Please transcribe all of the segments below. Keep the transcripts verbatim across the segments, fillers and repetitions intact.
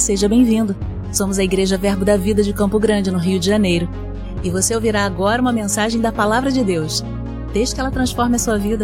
seja bem-vindo. Somos a Igreja Verbo da Vida de Campo Grande, no Rio de Janeiro. E você ouvirá agora uma mensagem da Palavra de Deus. Desde que ela transforme a sua vida.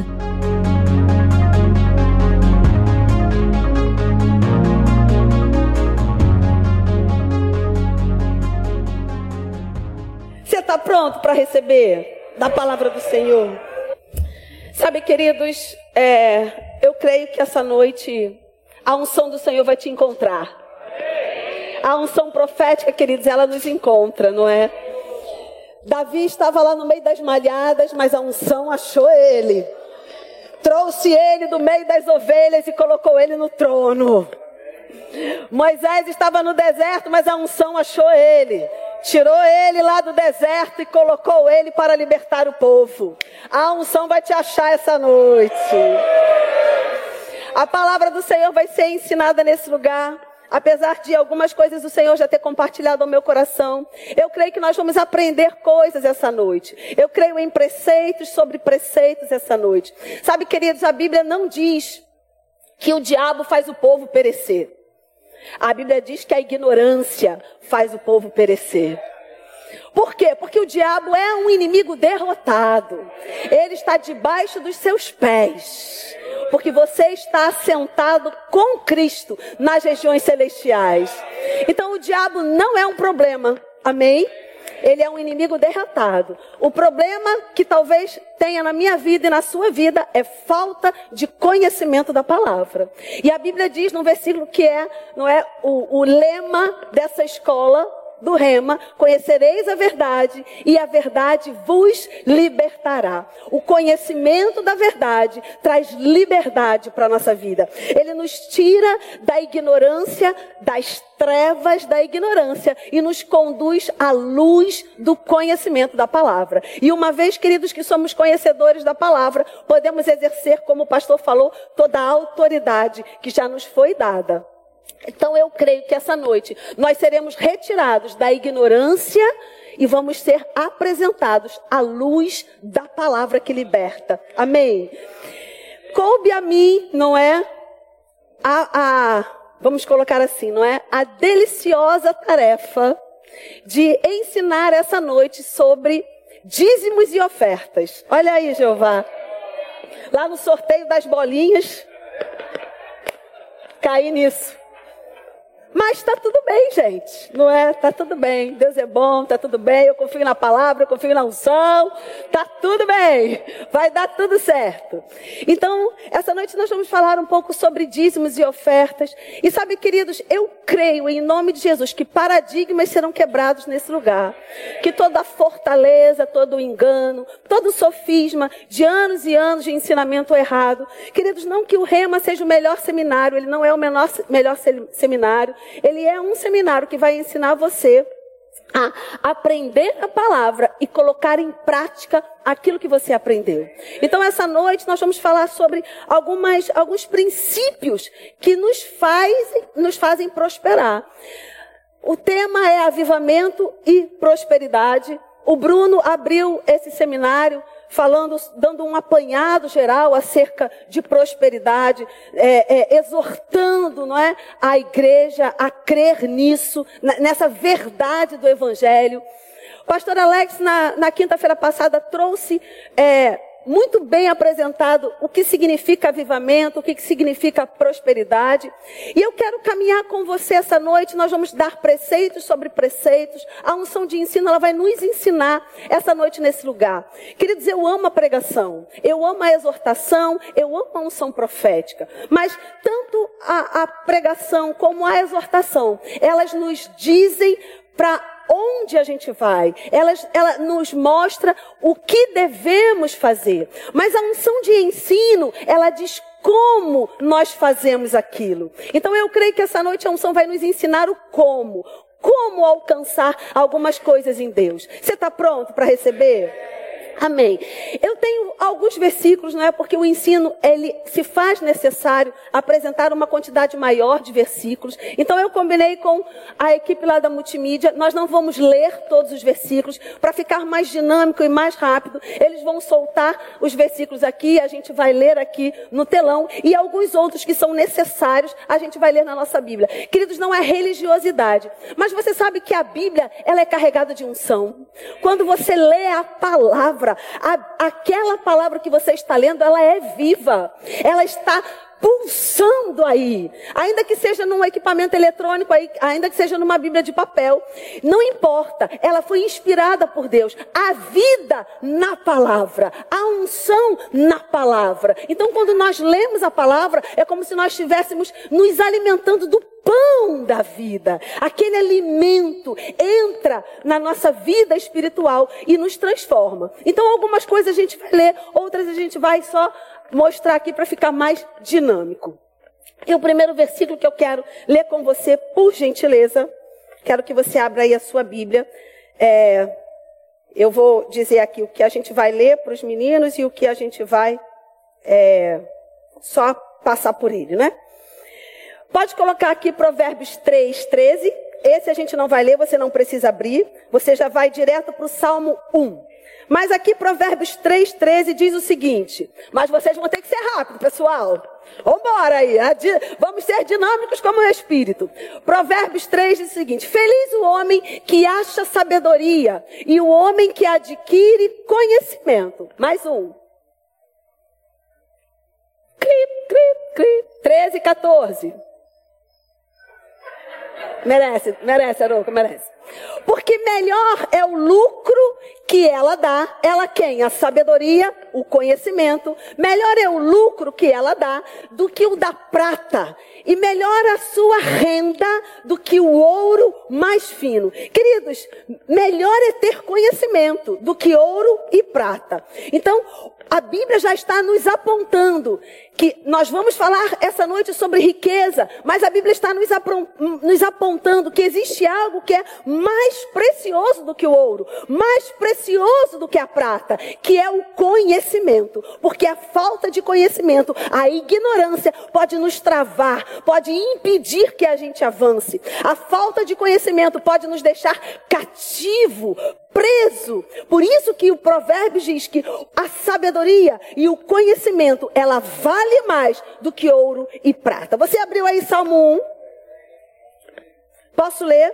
Você está pronto para receber da Palavra do Senhor? Sabe, queridos, é, eu creio que essa noite a unção do Senhor vai te encontrar. A unção profética, queridos, ela nos encontra, não é? Davi estava lá no meio das malhadas, mas a unção achou ele. Trouxe ele do meio das ovelhas e colocou ele no trono. Moisés estava no deserto, mas a unção achou ele. Tirou ele lá do deserto e colocou ele para libertar o povo. A unção vai te achar essa noite. A palavra do Senhor vai ser ensinada nesse lugar. Apesar de algumas coisas o Senhor já ter compartilhado ao meu coração, eu creio que nós vamos aprender coisas essa noite. Eu creio em preceitos sobre preceitos essa noite. Sabe, queridos, a Bíblia não diz que o diabo faz o povo perecer. A Bíblia diz que a ignorância faz o povo perecer. Por quê? Porque o diabo é um inimigo derrotado. Ele está debaixo dos seus pés. Porque você está assentado com Cristo nas regiões celestiais. Então o diabo não é um problema. Amém? Ele é um inimigo derrotado. O problema que talvez tenha na minha vida e na sua vida é falta de conhecimento da palavra. E a Bíblia diz num versículo que é, não é, o, o lema dessa escola do Rema: conhecereis a verdade e a verdade vos libertará. O conhecimento da verdade traz liberdade para a nossa vida. Ele nos tira da ignorância, das trevas da ignorância e nos conduz à luz do conhecimento da palavra. E uma vez, queridos, que somos conhecedores da palavra, podemos exercer, como o pastor falou, toda a autoridade que já nos foi dada. Então eu creio que essa noite nós seremos retirados da ignorância e vamos ser apresentados à luz da palavra que liberta. Amém? Coube a mim, não é? A, a, vamos colocar assim, não é? A deliciosa tarefa de ensinar essa noite sobre dízimos e ofertas. Olha aí, Jeová. Lá no sorteio das bolinhas, caí nisso. Mas está tudo bem, gente, não é? Está tudo bem, Deus é bom, está tudo bem, eu confio na palavra, eu confio na unção, está tudo bem, vai dar tudo certo. Então, essa noite nós vamos falar um pouco sobre dízimos e ofertas. E sabe, queridos, eu creio em nome de Jesus que paradigmas serão quebrados nesse lugar. Que toda fortaleza, todo engano, todo sofisma de anos e anos de ensinamento errado. Queridos, não que o Rema seja o melhor seminário, ele não é o menor, melhor seminário. Ele é um seminário que vai ensinar você a aprender a palavra e colocar em prática aquilo que você aprendeu. Então, essa noite nós vamos falar sobre algumas, alguns princípios que nos, faz, nos fazem prosperar. O tema é avivamento e prosperidade. O Bruno abriu esse seminário falando, dando um apanhado geral acerca de prosperidade, é, é, exortando, não é, a igreja a crer nisso, nessa verdade do Evangelho. O pastor Alex, na, na quinta-feira passada, trouxe é, muito bem apresentado o que significa avivamento, o que significa prosperidade. E eu quero caminhar com você essa noite. Nós vamos dar preceitos sobre preceitos. A unção de ensino, ela vai nos ensinar essa noite nesse lugar. Queridos, eu amo a pregação, eu amo a exortação, eu amo a unção profética. Mas tanto a, a pregação como a exortação, elas nos dizem para onde a gente vai. Ela, ela nos mostra o que devemos fazer. Mas a unção de ensino, ela diz como nós fazemos aquilo. Então eu creio que essa noite a unção vai nos ensinar o como. Como alcançar algumas coisas em Deus. Você está pronto para receber? Amém. Eu tenho alguns versículos, não é? Porque o ensino, ele se faz necessário apresentar uma quantidade maior de versículos. Então eu combinei com a equipe lá da multimídia, nós não vamos ler todos os versículos, para ficar mais dinâmico e mais rápido. Eles vão soltar os versículos aqui, a gente vai ler aqui no telão, e alguns outros que são necessários, a gente vai ler na nossa Bíblia. Queridos, não é religiosidade, mas você sabe que a Bíblia, ela é carregada de unção. Quando você lê a palavra, A, aquela palavra que você está lendo, ela é viva. Ela está pulsando aí. Ainda que seja num equipamento eletrônico, aí, ainda que seja numa Bíblia de papel. Não importa. Ela foi inspirada por Deus. A vida na palavra. A unção na palavra. Então, quando nós lemos a palavra, é como se nós estivéssemos nos alimentando do pão da vida. Aquele alimento entra na nossa vida espiritual e nos transforma. Então, algumas coisas a gente vai ler, outras a gente vai só mostrar aqui para ficar mais dinâmico. E o primeiro versículo que eu quero ler com você, por gentileza, quero que você abra aí a sua Bíblia. É, eu vou dizer aqui o que a gente vai ler para os meninos e o que a gente vai é, só passar por ele, né? Pode colocar aqui Provérbios três, treze. Esse a gente não vai ler, você não precisa abrir. Você já vai direto para o Salmo um. Mas aqui Provérbios três, treze diz o seguinte. Mas vocês vão ter que ser rápido, pessoal. Vambora aí. Vamos ser dinâmicos como o Espírito. Provérbios três diz o seguinte. Feliz o homem que acha sabedoria e o homem que adquire conhecimento. Mais um. Cri, cri, cri. treze, quatorze. Merece, merece, Arouca, merece. Porque melhor é o lucro que ela dá. Ela quem? A sabedoria, o conhecimento. Melhor é o lucro que ela dá do que o da prata. E melhor a sua renda do que o ouro mais fino. Queridos, melhor é ter conhecimento do que ouro e prata. Então, a Bíblia já está nos apontando que nós vamos falar essa noite sobre riqueza, mas a Bíblia está nos, nos apontando que existe algo que é mais precioso do que o ouro, mais precioso do que a prata, que é o conhecimento. Porque a falta de conhecimento, a ignorância pode nos travar, pode impedir que a gente avance. A falta de conhecimento pode nos deixar cativo, preso. Por isso que o provérbio diz que a sabedoria e o conhecimento, ela vale mais do que ouro e prata. Você abriu aí Salmo um? Posso ler?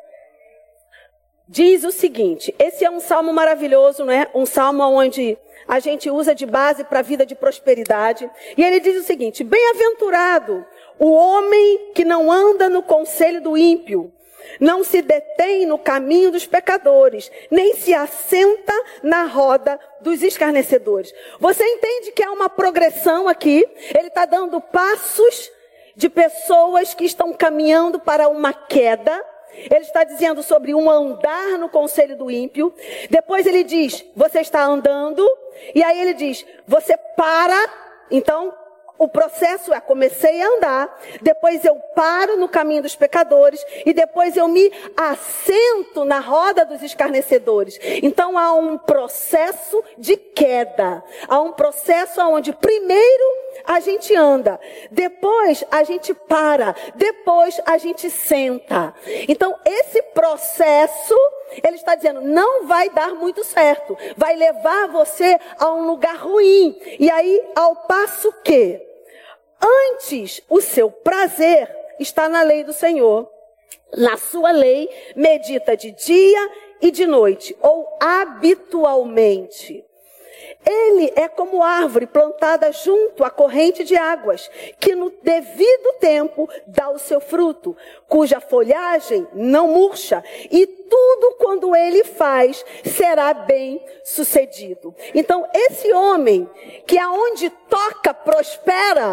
Diz o seguinte, esse é um salmo maravilhoso, não é? Um salmo onde a gente usa de base para a vida de prosperidade. E ele diz o seguinte, bem-aventurado o homem que não anda no conselho do ímpio, não se detém no caminho dos pecadores, nem se assenta na roda dos escarnecedores. Você entende que há uma progressão aqui? Ele está dando passos de pessoas que estão caminhando para uma queda. Ele está dizendo sobre um andar no conselho do ímpio. Depois ele diz, você está andando. E aí ele diz, você para. Então, o processo é, comecei a andar, depois eu paro no caminho dos pecadores, e depois eu me assento na roda dos escarnecedores. Então há um processo de queda. Há um processo onde primeiro a gente anda, depois a gente para, depois a gente senta. Então esse processo, ele está dizendo, não vai dar muito certo. Vai levar você a um lugar ruim. E aí, ao passo que antes, o seu prazer está na lei do Senhor. Na sua lei, medita de dia e de noite, ou habitualmente. Ele é como árvore plantada junto à corrente de águas, que no devido tempo dá o seu fruto, cuja folhagem não murcha, e tudo quando ele faz será bem sucedido. Então, esse homem que aonde toca prospera,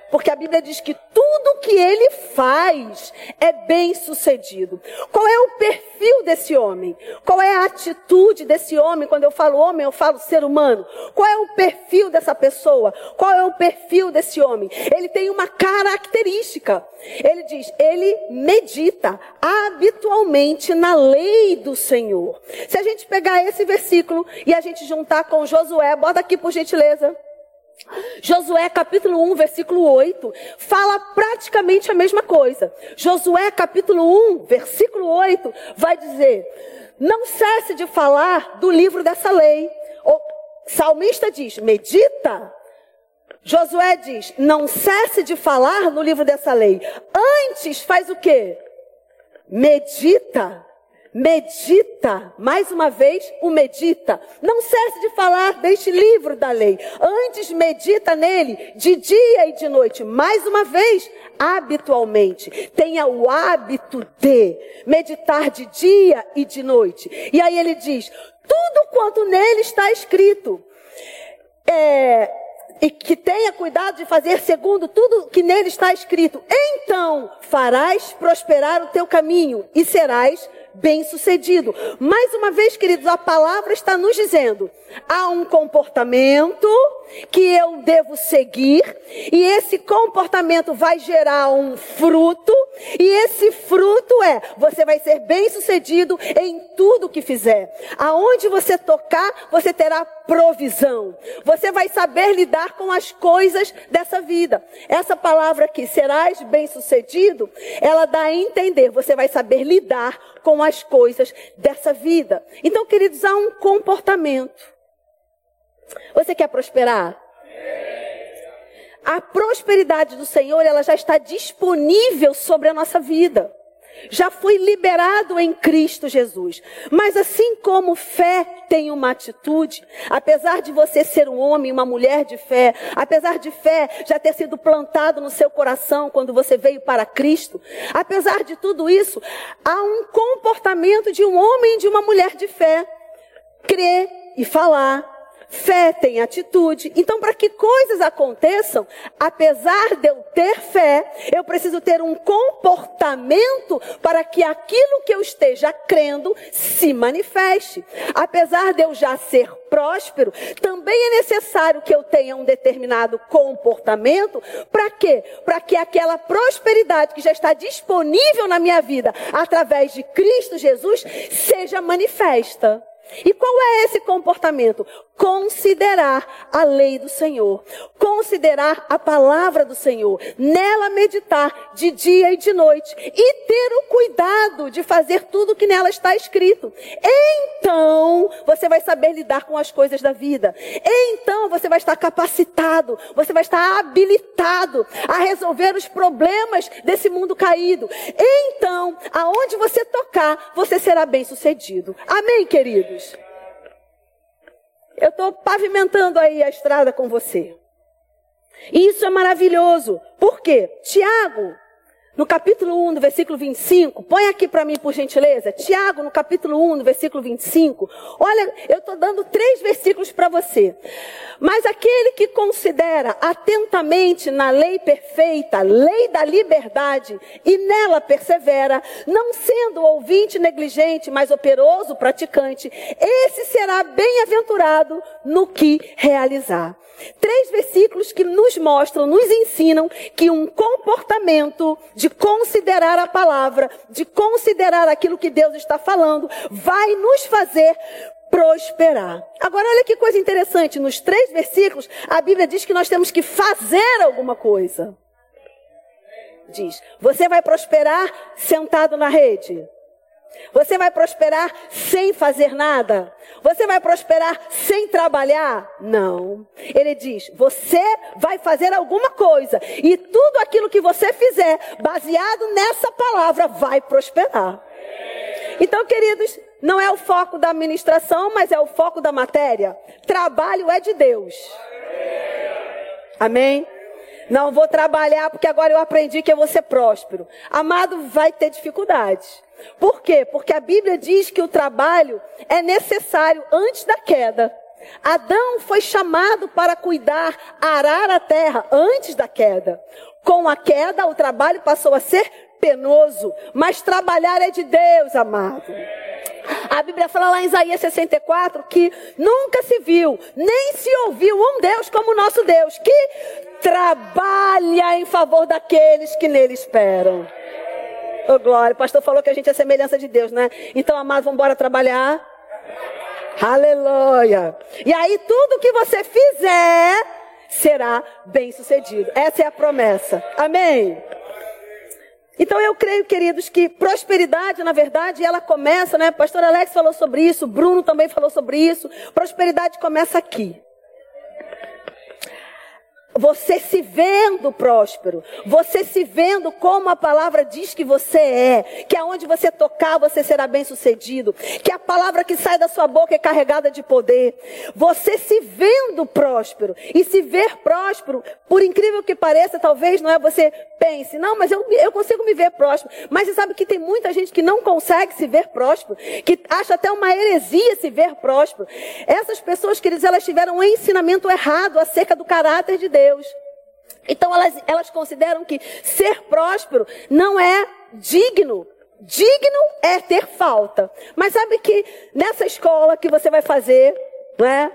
Porque a Bíblia diz que tudo que ele faz é bem sucedido. Qual é o perfil desse homem? Qual é a atitude desse homem? Quando eu falo homem, eu falo ser humano. Qual é o perfil dessa pessoa? Qual é o perfil desse homem? Ele tem uma característica. Ele diz, ele medita habitualmente na lei do Senhor. Se a gente pegar esse versículo e a gente juntar com Josué, bota aqui por gentileza. Josué capítulo um, versículo oito, fala praticamente a mesma coisa. Josué capítulo um, versículo oito, vai dizer, não cesse de falar do livro dessa lei. O salmista diz, medita. Josué diz, não cesse de falar no livro dessa lei. Antes faz o quê? Medita. Medita, mais uma vez, o medita. Não cesse de falar deste livro da lei. Antes medita nele, de dia e de noite. Mais uma vez, habitualmente. Tenha o hábito de meditar de dia e de noite. E aí ele diz, tudo quanto nele está escrito. É... E que tenha cuidado de fazer segundo tudo que nele está escrito. Então farás prosperar o teu caminho e serás bem-sucedido. Mais uma vez, queridos, a palavra está nos dizendo, há um comportamento que eu devo seguir, e esse comportamento vai gerar um fruto, e esse fruto é, você vai ser bem-sucedido em tudo que fizer. Aonde você tocar, você terá provisão. Você vai saber lidar com as coisas dessa vida. Essa palavra aqui, serás bem-sucedido, ela dá a entender, você vai saber lidar com as coisas dessa vida. Então, queridos, há um comportamento. Você quer prosperar? A prosperidade do Senhor, ela já está disponível sobre a nossa vida. Já foi liberado em Cristo Jesus. Mas assim como fé tem uma atitude, apesar de você ser um homem, uma mulher de fé, apesar de fé já ter sido plantado no seu coração quando você veio para Cristo, apesar de tudo isso, há um comportamento de um homem e de uma mulher de fé. Crer e falar. Fé tem atitude. Então, para que coisas aconteçam, apesar de eu ter fé, eu preciso ter um comportamento para que aquilo que eu esteja crendo se manifeste. Apesar de eu já ser próspero, também é necessário que eu tenha um determinado comportamento. Para quê? Para que aquela prosperidade que já está disponível na minha vida, através de Cristo Jesus, seja manifesta. E qual é esse comportamento? Considerar a lei do Senhor. Considerar a palavra do Senhor. Nela meditar de dia e de noite. E ter o cuidado de fazer tudo que nela está escrito. Então, você vai saber lidar com as coisas da vida. Então, você vai estar capacitado. Você vai estar habilitado a resolver os problemas desse mundo caído. Então, aonde você tocar, você será bem-sucedido. Amém, queridos? Eu estou pavimentando aí a estrada com você. E isso é maravilhoso. Por quê? Tiago, no capítulo um, no versículo vinte e cinco, põe aqui para mim, por gentileza. Tiago, no capítulo um, no versículo vinte e cinco. Olha, eu estou dando três versículos para você. Mas aquele que considera atentamente na lei perfeita, lei da liberdade, e nela persevera, não sendo ouvinte negligente, mas operoso praticante, esse será bem-aventurado no que realizar. Três versículos que nos mostram, nos ensinam que um comportamento de considerar a palavra, de considerar aquilo que Deus está falando, vai nos fazer prosperar. Agora, olha que coisa interessante. Nos três versículos, a Bíblia diz que nós temos que fazer alguma coisa. Diz, você vai prosperar sentado na rede? Você vai prosperar sem fazer nada? Você vai prosperar sem trabalhar? Não. Ele diz, você vai fazer alguma coisa. E tudo aquilo que você fizer, baseado nessa palavra, vai prosperar. Então, queridos, não é o foco da administração, mas é o foco da matéria. Trabalho é de Deus. Amém? Não vou trabalhar porque agora eu aprendi que eu vou ser próspero. Amado, vai ter dificuldade. Por quê? Porque a Bíblia diz que o trabalho é necessário antes da queda. Adão foi chamado para cuidar, arar a terra antes da queda. Com a queda, o trabalho passou a ser penoso, mas trabalhar é de Deus, amado. A Bíblia fala lá em Isaías sessenta e quatro que nunca se viu, nem se ouviu um Deus como o nosso Deus, que trabalha em favor daqueles que nele esperam. Ô oh, glória, o pastor falou que a gente é semelhança de Deus, né? Então, amado, vamos embora trabalhar. Aleluia. E aí tudo que você fizer será bem sucedido. Essa é a promessa. Amém? Então eu creio, queridos, que prosperidade, na verdade, ela começa, né? Pastor Alex falou sobre isso, Bruno também falou sobre isso. Prosperidade começa aqui. Você se vendo próspero, você se vendo como a palavra diz que você é, que aonde você tocar você será bem sucedido, que a palavra que sai da sua boca é carregada de poder. Você se vendo próspero, e se ver próspero, por incrível que pareça, talvez não é, você pense, não, mas eu, eu consigo me ver próspero. Mas você sabe que tem muita gente que não consegue se ver próspero, que acha até uma heresia se ver próspero. Essas pessoas, queridos, elas tiveram um ensinamento errado acerca do caráter de Deus. Então elas, elas consideram que ser próspero não é digno. Digno é ter falta. Mas sabe que nessa escola que você vai fazer, né?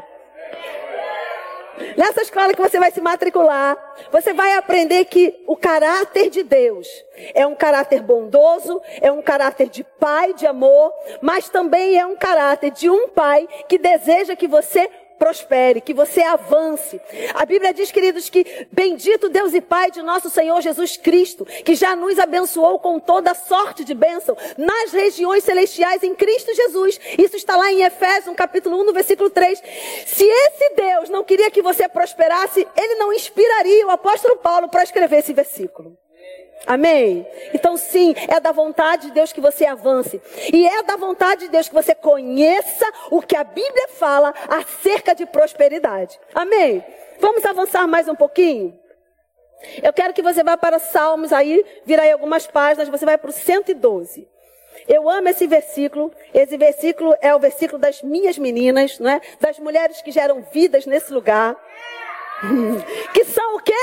Nessa escola que você vai se matricular, você vai aprender que o caráter de Deus é um caráter bondoso, é um caráter de pai, de amor, mas também é um caráter de um pai que deseja que você prospere, que você avance. A Bíblia diz, queridos, que bendito Deus e Pai de nosso Senhor Jesus Cristo, que já nos abençoou com toda sorte de bênção nas regiões celestiais em Cristo Jesus. Isso está lá em Efésios, no capítulo um, no versículo três. Se esse Deus não queria que você prosperasse, ele não inspiraria o apóstolo Paulo para escrever esse versículo. Amém? Então sim, é da vontade de Deus que você avance. E é da vontade de Deus que você conheça o que a Bíblia fala acerca de prosperidade. Amém? Vamos avançar mais um pouquinho? Eu quero que você vá para Salmos aí, vira aí algumas páginas, você vai para o cento e doze. Eu amo esse versículo. Esse versículo é o versículo das minhas meninas, não é? Das mulheres que geram vidas nesse lugar. Que são o quê?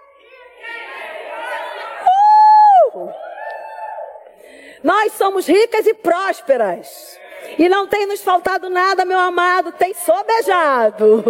Nós somos ricas e prósperas. E não tem nos faltado nada, meu amado, tem sobejado.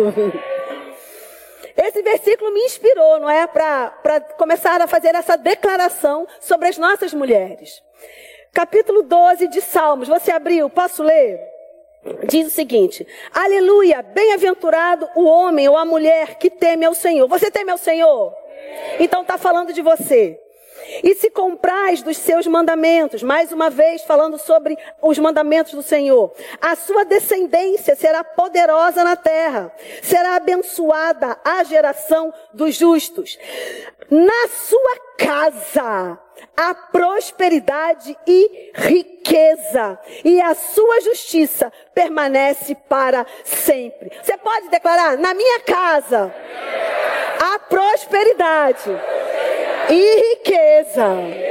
Esse versículo me inspirou, não é? Para começar a fazer essa declaração sobre as nossas mulheres. Capítulo doze de Salmos, você abriu, posso ler? Diz o seguinte: aleluia, bem-aventurado o homem ou a mulher que teme ao Senhor. Você teme ao Senhor? Então está falando de você. E se comprais dos seus mandamentos, mais uma vez falando sobre os mandamentos do Senhor, a sua descendência será poderosa na terra, será abençoada a geração dos justos. Na sua casa há prosperidade e riqueza, e a sua justiça permanece para sempre. Você pode declarar: na minha casa há prosperidade e riqueza.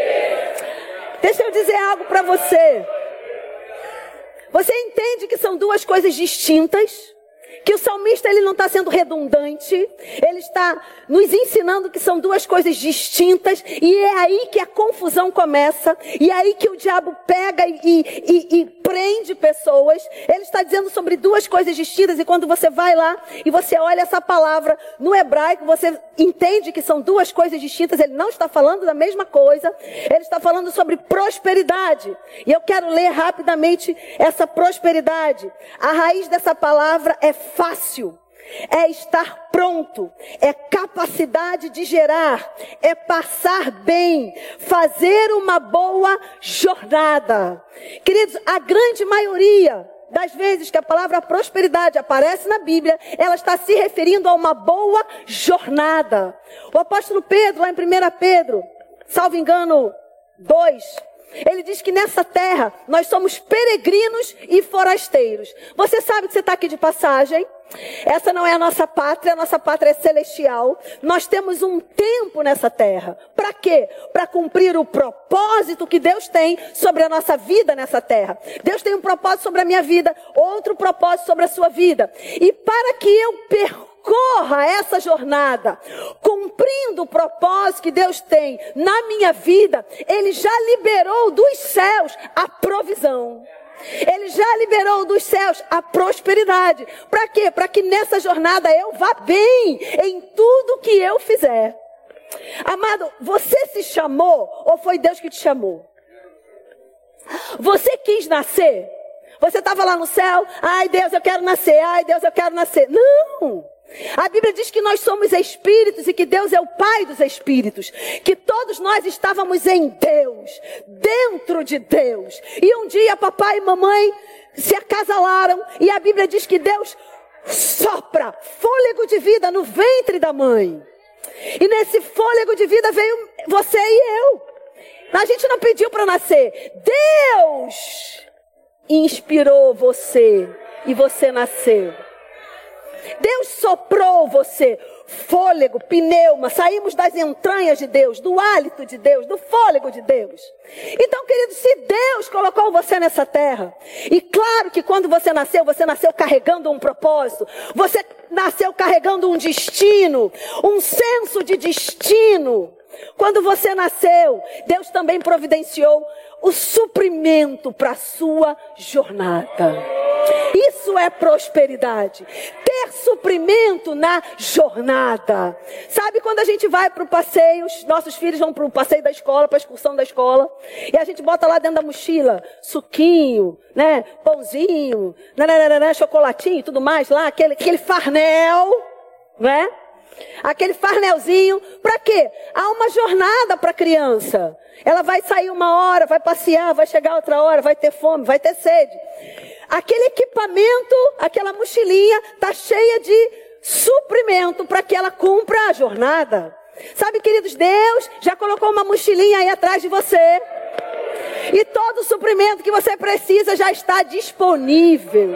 Deixa eu dizer algo para você. Você entende que são duas coisas distintas? Que o salmista ele não está sendo redundante, ele está nos ensinando que são duas coisas distintas, e é aí que a confusão começa, e é aí que o diabo pega e, e, e prende pessoas. Ele está dizendo sobre duas coisas distintas, e quando você vai lá e você olha essa palavra no hebraico, você entende que são duas coisas distintas. Ele não está falando da mesma coisa, ele está falando sobre prosperidade, e eu quero ler rapidamente essa prosperidade. A raiz dessa palavra é fácil, é estar pronto, é capacidade de gerar, é passar bem, fazer uma boa jornada. Queridos, a grande maioria das vezes que a palavra prosperidade aparece na Bíblia, ela está se referindo a uma boa jornada. O apóstolo Pedro, lá em primeira Pedro, salvo engano, dois, Ele diz que nessa terra nós somos peregrinos e forasteiros. Você sabe que você está aqui de passagem? Essa não é a nossa pátria, a nossa pátria é celestial. Nós temos um tempo nessa terra. Para quê? Para cumprir o propósito que Deus tem sobre a nossa vida nessa terra. Deus tem um propósito sobre a minha vida, outro propósito sobre a sua vida. E para que eu percorra essa jornada, cumprindo o propósito que Deus tem na minha vida, Ele já liberou dos céus a provisão. Ele já liberou dos céus a prosperidade. Para quê? Para que nessa jornada eu vá bem em tudo que eu fizer. Amado, você se chamou ou foi Deus que te chamou? Você quis nascer? Você estava lá no céu, ai Deus, eu quero nascer, ai Deus, eu quero nascer. Não! A Bíblia diz que nós somos espíritos e que Deus é o Pai dos espíritos. Que todos nós estávamos em Deus, dentro de Deus. E um dia papai e mamãe se acasalaram e a Bíblia diz que Deus sopra fôlego de vida no ventre da mãe. E nesse fôlego de vida veio você e eu. A gente não pediu para nascer. Deus inspirou você e você nasceu. Deus soprou você, fôlego, pneuma, saímos das entranhas de Deus, do hálito de Deus, do fôlego de Deus. Então, querido, se Deus colocou você nessa terra, e claro que quando você nasceu, você nasceu carregando um propósito, você nasceu carregando um destino, um senso de destino. Quando você nasceu, Deus também providenciou o suprimento para a sua jornada. Isso é prosperidade. Ter suprimento na jornada. Sabe quando a gente vai para o passeio, nossos filhos vão para o passeio da escola, para a excursão da escola, e a gente bota lá dentro da mochila suquinho, né, pãozinho, nananana, chocolatinho e tudo mais lá, aquele, aquele farnel, né? Aquele farnelzinho, para quê? Há uma jornada para a criança. Ela vai sair uma hora, vai passear, vai chegar outra hora, vai ter fome, vai ter sede. Aquele equipamento, aquela mochilinha, está cheia de suprimento para que ela cumpra a jornada. Sabe, queridos, Deus já colocou uma mochilinha aí atrás de você. E todo o suprimento que você precisa já está disponível.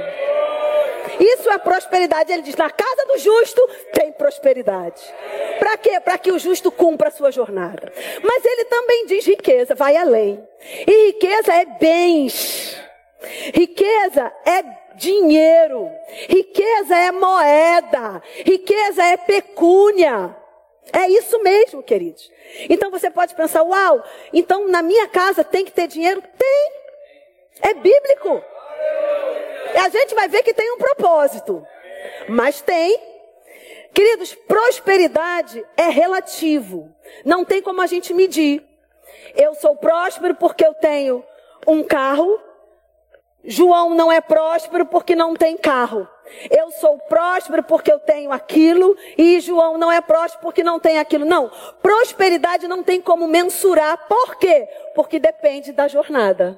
Isso é prosperidade. Ele diz, na casa do justo tem prosperidade. Para quê? Para que o justo cumpra a sua jornada. Mas ele também diz riqueza, vai além. E riqueza é bens. Riqueza é dinheiro. Riqueza é moeda. Riqueza é pecúnia. É isso mesmo, queridos. Então você pode pensar, uau, então na minha casa tem que ter dinheiro? Tem. É bíblico. A gente vai ver que tem um propósito. Mas tem. Queridos, prosperidade é relativo. Não tem como a gente medir. Eu sou próspero porque eu tenho um carro. João não é próspero porque não tem carro. Eu sou próspero porque eu tenho aquilo. E João não é próspero porque não tem aquilo. Não. Prosperidade não tem como mensurar. Por quê? Porque depende da jornada.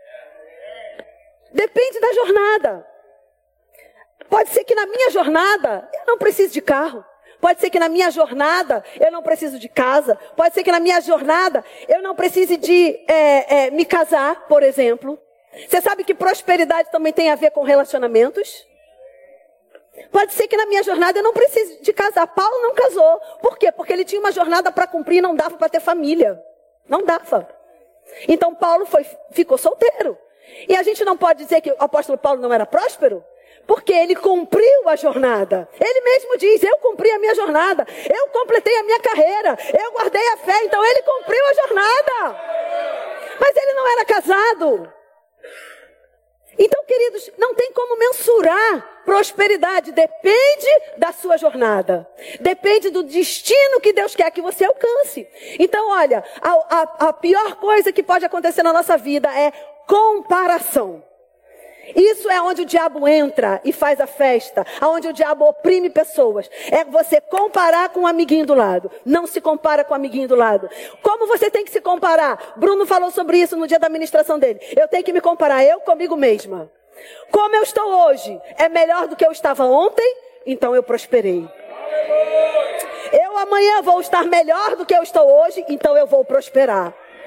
Depende da jornada. Pode ser que na minha jornada eu não precise de carro. Pode ser que na minha jornada eu não preciso de casa. Pode ser que na minha jornada eu não precise de é, é, me casar, por exemplo. Você sabe que prosperidade também tem a ver com relacionamentos? Pode ser que na minha jornada eu não precise de casar. Paulo não casou. Por quê? Porque ele tinha uma jornada para cumprir e não dava para ter família. Não dava. Então Paulo foi, ficou solteiro. E a gente não pode dizer que o apóstolo Paulo não era próspero, porque ele cumpriu a jornada. Ele mesmo diz, eu cumpri a minha jornada, eu completei a minha carreira, eu guardei a fé, então ele cumpriu a jornada. Mas ele não era casado. Então, queridos, não tem como mensurar prosperidade, depende da sua jornada. Depende do destino que Deus quer que você alcance. Então, olha, a, a, a pior coisa que pode acontecer na nossa vida é comparação. Isso é onde o diabo entra e faz a festa, onde o diabo oprime pessoas. É você comparar com o amiguinho do lado. Não se compara com o amiguinho do lado. Como você tem que se comparar? Bruno falou sobre isso no dia da ministração dele. Eu tenho que me comparar eu comigo mesma. Como eu estou hoje é melhor do que eu estava ontem, então eu prosperei. Eu amanhã vou estar melhor do que eu estou hoje, então eu vou prosperar.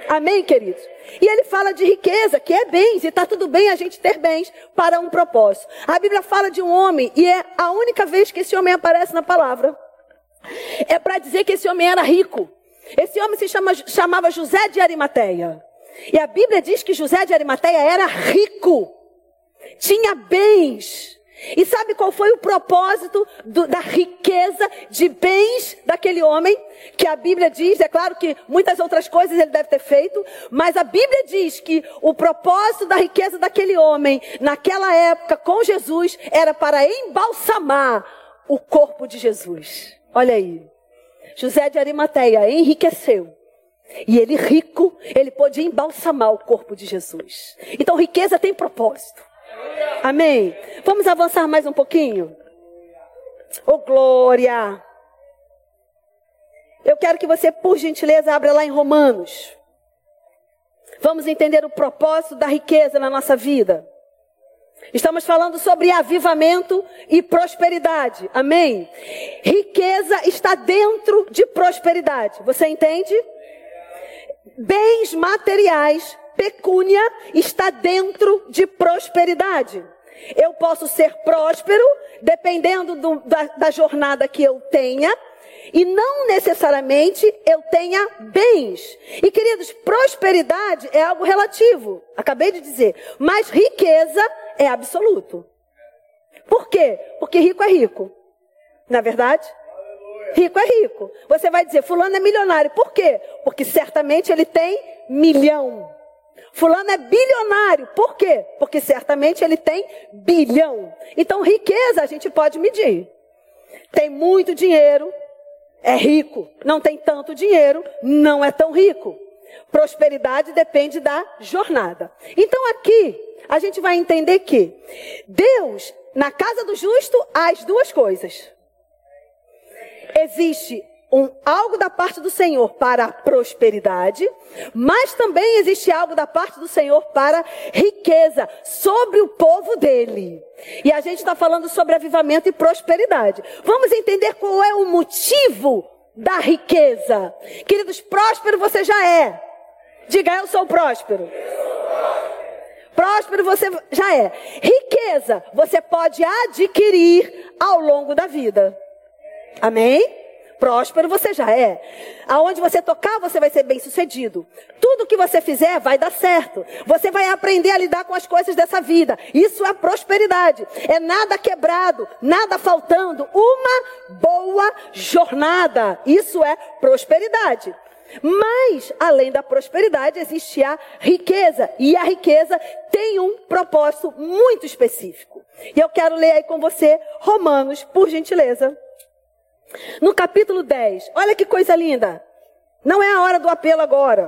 Amém, queridos? E ele fala de riqueza, que é bens, e está tudo bem a gente ter bens para um propósito. A Bíblia fala de um homem, e é a única vez que esse homem aparece na palavra. É para dizer que esse homem era rico. Esse homem se chama, chamava José de Arimateia. E a Bíblia diz que José de Arimateia era rico. Tinha bens. E sabe qual foi o propósito do, da riqueza de bens daquele homem? Que a Bíblia diz, é claro que muitas outras coisas ele deve ter feito, mas a Bíblia diz que o propósito da riqueza daquele homem, naquela época com Jesus, era para embalsamar o corpo de Jesus. Olha aí, José de Arimateia enriqueceu. E ele rico, ele pôde embalsamar o corpo de Jesus. Então riqueza tem propósito. Amém? Vamos avançar mais um pouquinho? Oh, glória! Eu quero que você, por gentileza, abra lá em Romanos. Vamos entender o propósito da riqueza na nossa vida. Estamos falando sobre avivamento e prosperidade. Amém? Riqueza está dentro de prosperidade. Você entende? Bens materiais, pecúnia, está dentro de prosperidade. Eu posso ser próspero dependendo do, da, da jornada que eu tenha, e não necessariamente eu tenha bens. E queridos, prosperidade é algo relativo, acabei de dizer, mas riqueza é absoluto. Por quê? Porque rico é rico, não é verdade? Rico é rico. Você vai dizer, fulano é milionário. Por quê? Porque certamente ele tem milhão. Fulano é bilionário. Por quê? Porque certamente ele tem bilhão. Então, riqueza a gente pode medir. Tem muito dinheiro, é rico. Não tem tanto dinheiro, não é tão rico. Prosperidade depende da jornada. Então, aqui, a gente vai entender que Deus, na casa do justo, há as duas coisas. Existe um, algo da parte do Senhor para a prosperidade, mas também existe algo da parte do Senhor para riqueza, sobre o povo dele. E a gente está falando sobre avivamento e prosperidade. Vamos entender qual é o motivo da riqueza. Queridos, próspero você já é. Diga, eu sou próspero. Próspero você já é. Riqueza você pode adquirir ao longo da vida. Amém? Próspero você já é. Aonde você tocar, você vai ser bem sucedido. Tudo que você fizer vai dar certo. Você vai aprender a lidar com as coisas dessa vida. Isso é prosperidade. É nada quebrado, nada faltando. Uma boa jornada. Isso é prosperidade. Mas, além da prosperidade, existe a riqueza. E a riqueza tem um propósito muito específico. E eu quero ler aí com você Romanos, por gentileza. No capítulo dez, olha que coisa linda. Não é a hora do apelo agora.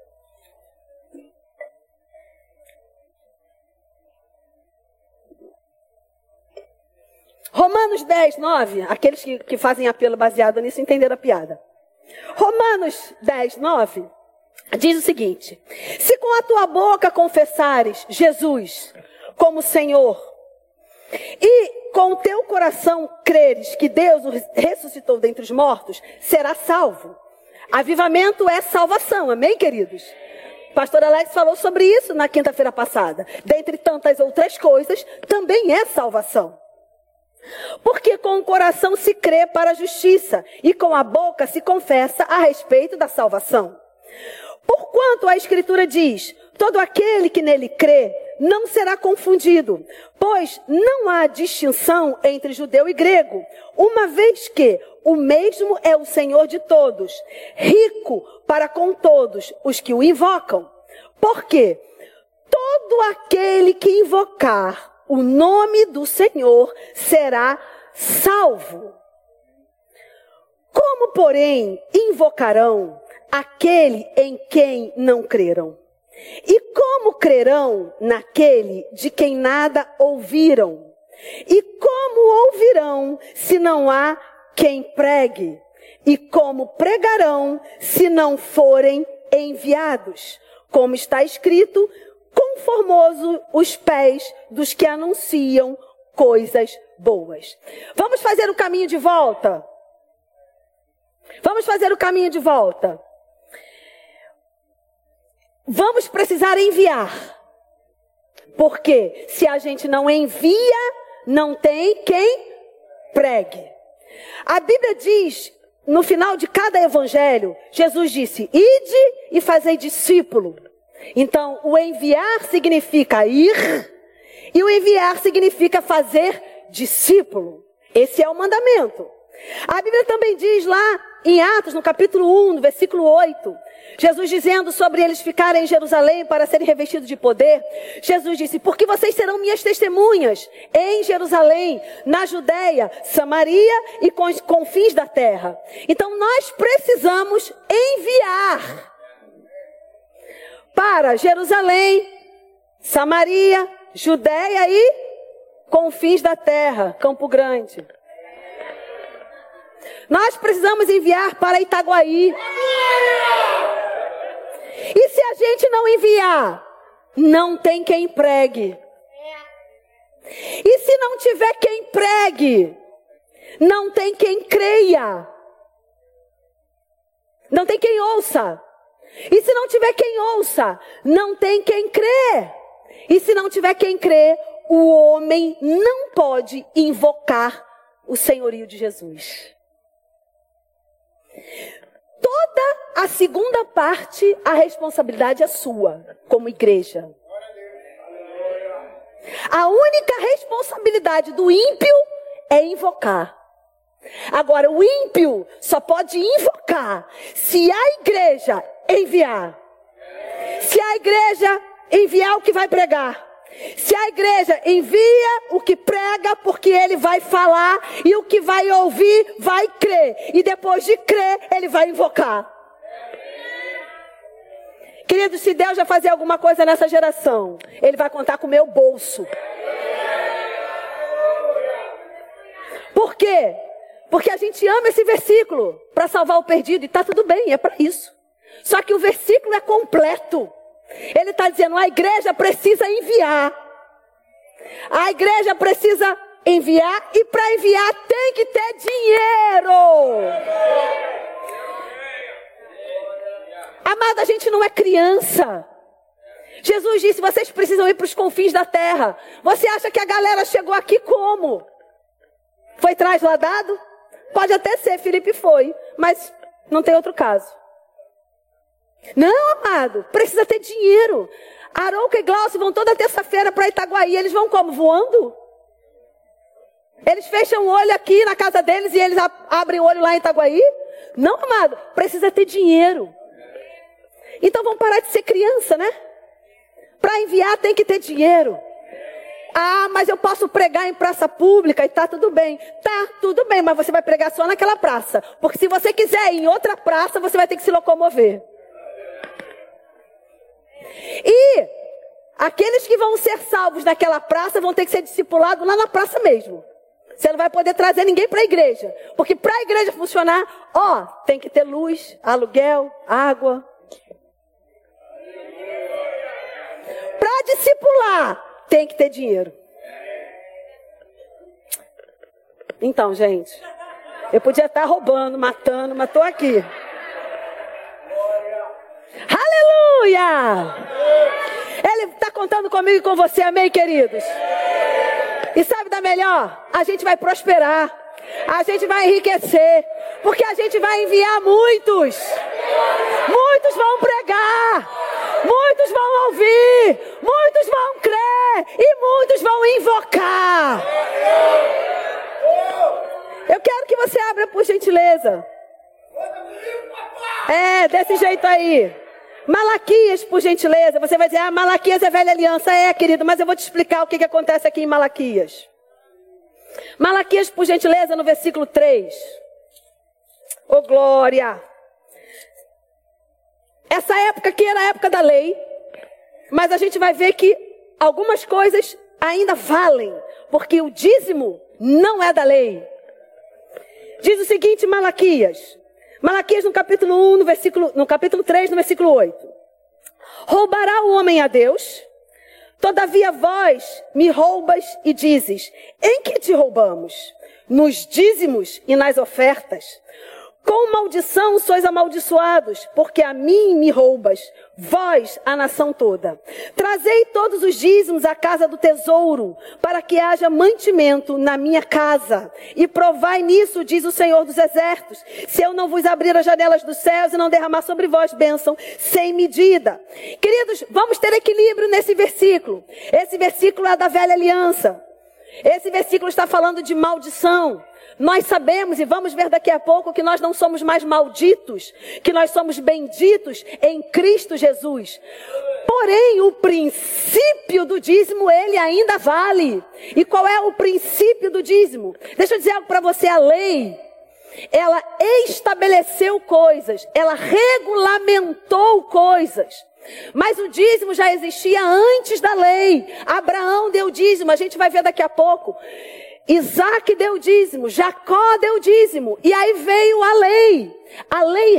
Romanos dez, nove. Aqueles que, que fazem apelo baseado nisso entenderam a piada. Romanos dez, nove. Diz o seguinte: se com a tua boca confessares Jesus como Senhor, e com o teu coração creres que Deus o ressuscitou dentre os mortos, será salvo. Avivamento é salvação, amém, queridos? Pastor Alex falou sobre isso na quinta-feira passada. Dentre tantas outras coisas, também é salvação. Porque com o coração se crê para a justiça, e com a boca se confessa a respeito da salvação. Porquanto a Escritura diz, todo aquele que nele crê não será confundido, pois não há distinção entre judeu e grego, uma vez que o mesmo é o Senhor de todos, rico para com todos os que o invocam. Porque todo aquele que invocar o nome do Senhor será salvo. Como, porém, invocarão aquele em quem não creram? E como crerão naquele de quem nada ouviram? E como ouvirão se não há quem pregue? E como pregarão se não forem enviados? Como está escrito, quão formoso os pés dos que anunciam coisas boas. Vamos fazer o caminho de volta? Vamos fazer o caminho de volta. vamos precisar enviar. Porque se a gente não envia, não tem quem pregue. A Bíblia diz, no final de cada evangelho, Jesus disse, ide e fazei discípulo. Então, o enviar significa ir, e o enviar significa fazer discípulo. Esse é o mandamento. A Bíblia também diz lá em Atos, no capítulo um, no versículo oito, Jesus dizendo sobre eles ficarem em Jerusalém para serem revestidos de poder, Jesus disse, porque vocês serão minhas testemunhas em Jerusalém, na Judéia, Samaria e com os confins da terra. Então nós precisamos enviar para Jerusalém, Samaria, Judéia e confins da terra, Campo Grande. Nós precisamos enviar para Itaguaí. E se a gente não enviar, não tem quem pregue. E se não tiver quem pregue, não tem quem creia. Não tem quem ouça. E se não tiver quem ouça, não tem quem crê. E se não tiver quem crê, o homem não pode invocar o senhorio de Jesus. Toda a segunda parte, a responsabilidade é sua, como igreja. A única responsabilidade do ímpio é invocar. Agora, o ímpio só pode invocar se a igreja enviar. Se a igreja enviar o que vai pregar. Se a igreja envia o que prega, porque ele vai falar, e o que vai ouvir vai crer. E depois de crer, ele vai invocar. Querido, se Deus já fazer alguma coisa nessa geração, ele vai contar com o meu bolso. Por quê? Porque a gente ama esse versículo para salvar o perdido, e está tudo bem, é para isso. Só que o versículo é completo. Ele está dizendo, a igreja precisa enviar. A igreja precisa enviar, e para enviar tem que ter dinheiro. Amada, a gente não é criança. Jesus disse, vocês precisam ir para os confins da terra. Você acha que a galera chegou aqui como? Foi trasladado? Pode até ser, Felipe foi, mas não tem outro caso. Não, amado, precisa ter dinheiro. Arouca e Glaucio vão toda terça-feira para Itaguaí. Eles vão como? Voando? Eles fecham o olho aqui na casa deles e eles abrem o olho lá em Itaguaí? Não, amado, precisa ter dinheiro. Então vamos parar de ser criança, né? Para enviar tem que ter dinheiro. Ah, mas eu posso pregar em praça pública e tá tudo bem. Tá, tudo bem, mas você vai pregar só naquela praça. Porque se você quiser ir em outra praça, você vai ter que se locomover. E aqueles que vão ser salvos naquela praça vão ter que ser discipulados lá na praça mesmo. Você não vai poder trazer ninguém para a igreja. Porque para a igreja funcionar, ó, tem que ter luz, aluguel, água. Para discipular, tem que ter dinheiro. Então, gente, eu podia estar roubando, matando, mas estou aqui. Aleluia! Ele está contando comigo e com você, amém, queridos? E sabe da melhor? A gente vai prosperar. A gente vai enriquecer. Porque a gente vai enviar muitos. Muitos vão pregar. Muitos vão ouvir. Muitos vão crer. E muitos vão invocar. Eu quero que você abra, por gentileza. É, desse jeito aí. Malaquias, por gentileza. Você vai dizer, ah, Malaquias é velha aliança. É, querido, mas eu vou te explicar o que, que acontece aqui em Malaquias. Malaquias, por gentileza, no versículo três. Ô, glória! Essa época aqui era a época da lei, mas a gente vai ver que algumas coisas ainda valem, porque o dízimo não é da lei. Diz o seguinte, Malaquias. Malaquias no capítulo um, no, versículo, no capítulo três, no versículo oito. Roubará o homem a Deus? Todavia vós me roubas e dizes, em que te roubamos? Nos dízimos e nas ofertas? Com maldição sois amaldiçoados, porque a mim me roubas, vós, a nação toda. Trazei todos os dízimos à casa do tesouro, para que haja mantimento na minha casa. E provai nisso, diz o Senhor dos Exércitos, se eu não vos abrir as janelas dos céus e não derramar sobre vós bênção sem medida. Queridos, vamos ter equilíbrio nesse versículo. Esse versículo é da velha aliança. Esse versículo está falando de maldição. Nós sabemos e vamos ver daqui a pouco que nós não somos mais malditos, que nós somos benditos em Cristo Jesus. Porém, o princípio do dízimo, ele ainda vale. E qual é o princípio do dízimo? Deixa eu dizer algo para você, a lei, ela estabeleceu coisas, ela regulamentou coisas. Mas o dízimo já existia antes da lei. Abraão deu dízimo, a gente vai ver daqui a pouco. Isaac deu dízimo, Jacó deu dízimo, e aí veio a lei. A lei